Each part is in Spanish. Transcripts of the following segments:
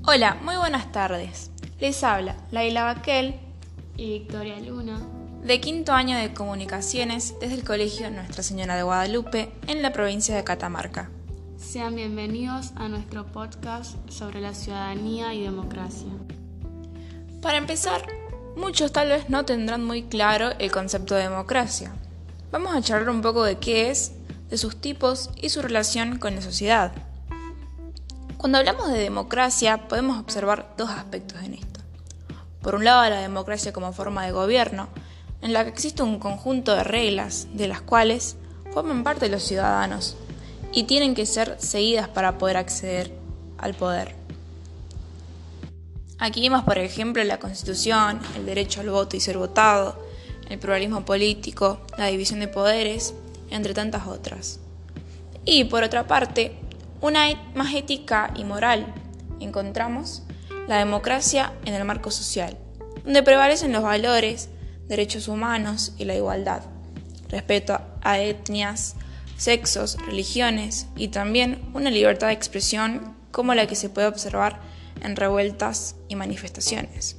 Hola, muy buenas tardes. Les habla Laila Baquel y Victoria Luna, de quinto año de Comunicaciones desde el Colegio Nuestra Señora de Guadalupe en la provincia de Catamarca. Sean bienvenidos a nuestro podcast sobre la ciudadanía y democracia. Para empezar, muchos tal vez no tendrán muy claro el concepto de democracia. Vamos a charlar un poco de qué es, de sus tipos y su relación con la sociedad. Cuando hablamos de democracia, podemos observar dos aspectos en esto. Por un lado, la democracia como forma de gobierno, en la que existe un conjunto de reglas de las cuales forman parte los ciudadanos y tienen que ser seguidas para poder acceder al poder. Aquí vemos, por ejemplo, la Constitución, el derecho al voto y ser votado, el pluralismo político, la división de poderes, entre tantas otras. Y por otra parte, una más ética y moral, encontramos la democracia en el marco social, donde prevalecen los valores, derechos humanos y la igualdad, respeto a etnias, sexos, religiones y también una libertad de expresión como la que se puede observar en revueltas y manifestaciones.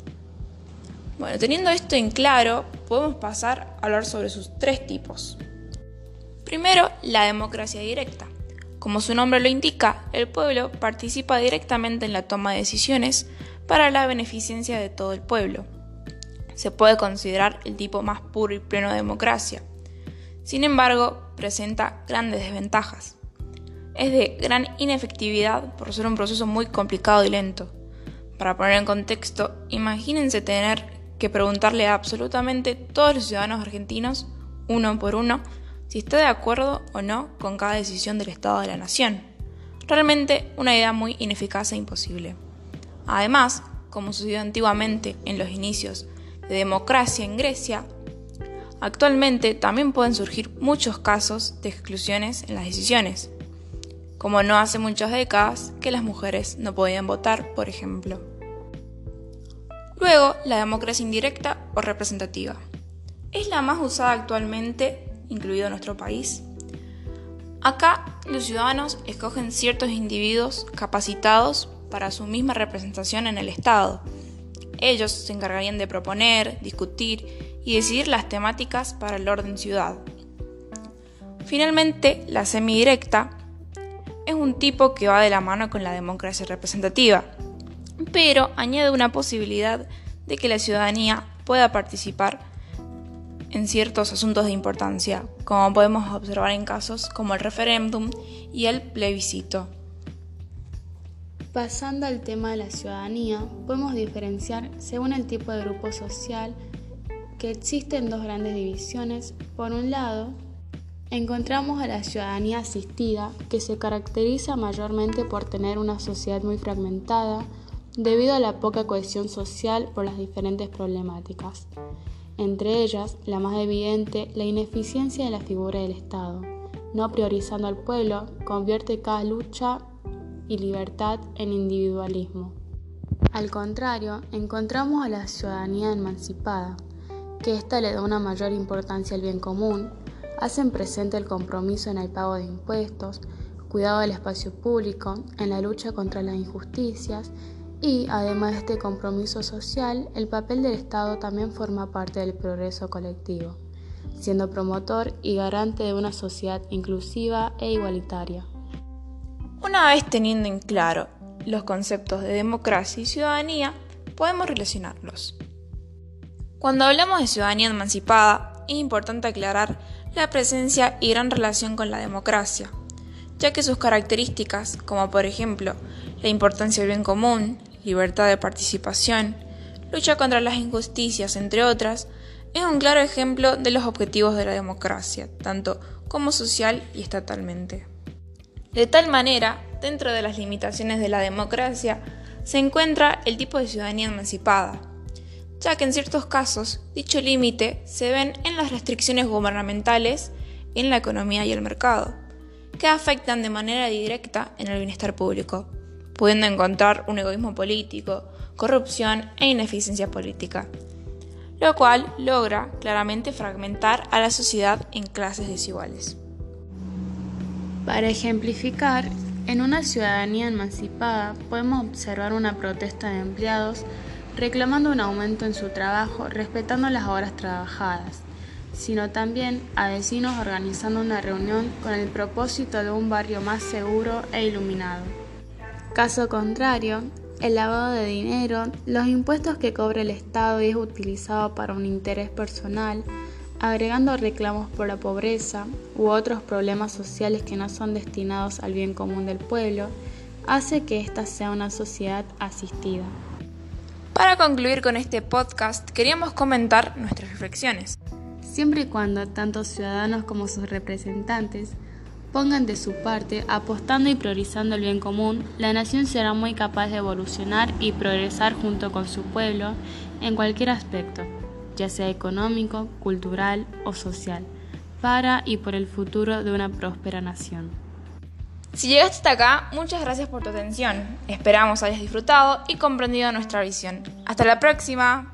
Bueno, teniendo esto en claro, podemos pasar a hablar sobre sus tres tipos. Primero, la democracia directa. Como su nombre lo indica, el pueblo participa directamente en la toma de decisiones para la beneficencia de todo el pueblo. Se puede considerar el tipo más puro y pleno de democracia. Sin embargo, presenta grandes desventajas. Es de gran inefectividad por ser un proceso muy complicado y lento. Para poner en contexto, imagínense tener que preguntarle a absolutamente todos los ciudadanos argentinos, uno por uno, si está de acuerdo o no con cada decisión del Estado de la Nación. Realmente una idea muy ineficaz e imposible. Además, como sucedió antiguamente en los inicios de democracia en Grecia, actualmente también pueden surgir muchos casos de exclusiones en las decisiones, como no hace muchas décadas que las mujeres no podían votar, por ejemplo. Luego, la democracia indirecta o representativa. Es la más usada actualmente, incluido nuestro país. Acá los ciudadanos escogen ciertos individuos capacitados para su misma representación en el Estado. Ellos se encargarían de proponer, discutir y decidir las temáticas para el orden ciudad. Finalmente, la semidirecta es un tipo que va de la mano con la democracia representativa, pero añade una posibilidad de que la ciudadanía pueda participar en ciertos asuntos de importancia, como podemos observar en casos como el referéndum y el plebiscito. Pasando al tema de la ciudadanía, podemos diferenciar según el tipo de grupo social que existen dos grandes divisiones. Por un lado, encontramos a la ciudadanía asistida, que se caracteriza mayormente por tener una sociedad muy fragmentada debido a la poca cohesión social por las diferentes problemáticas. Entre ellas, la más evidente, la ineficiencia de la figura del Estado, no priorizando al pueblo, convierte cada lucha y libertad en individualismo. Al contrario, encontramos a la ciudadanía emancipada, que ésta le da una mayor importancia al bien común, hacen presente el compromiso en el pago de impuestos, cuidado del espacio público, en la lucha contra las injusticias y, además de este compromiso social, el papel del Estado también forma parte del progreso colectivo, siendo promotor y garante de una sociedad inclusiva e igualitaria. Una vez teniendo en claro los conceptos de democracia y ciudadanía, podemos relacionarlos. Cuando hablamos de ciudadanía emancipada, es importante aclarar la presencia y gran relación con la democracia, ya que sus características, como por ejemplo la importancia del bien común, libertad de participación, lucha contra las injusticias, entre otras, es un claro ejemplo de los objetivos de la democracia, tanto como social y estatalmente. De tal manera, dentro de las limitaciones de la democracia, se encuentra el tipo de ciudadanía emancipada, ya que en ciertos casos dicho límite se ven en las restricciones gubernamentales en la economía y el mercado, que afectan de manera directa en el bienestar público, pudiendo encontrar un egoísmo político, corrupción e ineficiencia política, lo cual logra claramente fragmentar a la sociedad en clases desiguales. Para ejemplificar, En una ciudadanía emancipada podemos observar una protesta de empleados reclamando un aumento en su trabajo, respetando las horas trabajadas, sino también a vecinos organizando una reunión con el propósito de un barrio más seguro e iluminado. Caso contrario, el lavado de dinero, los impuestos que cobra el Estado y es utilizado para un interés personal, agregando reclamos por la pobreza u otros problemas sociales que no son destinados al bien común del pueblo, hace que esta sea una sociedad asistida. Para concluir con este podcast, queríamos comentar nuestras reflexiones. Siempre y cuando tanto ciudadanos como sus representantes pongan de su parte, apostando y priorizando el bien común, la nación será muy capaz de evolucionar y progresar junto con su pueblo en cualquier aspecto, ya sea económico, cultural o social, para y por el futuro de una próspera nación. Si llegaste hasta acá, muchas gracias por tu atención. Esperamos hayas disfrutado y comprendido nuestra visión. Hasta la próxima.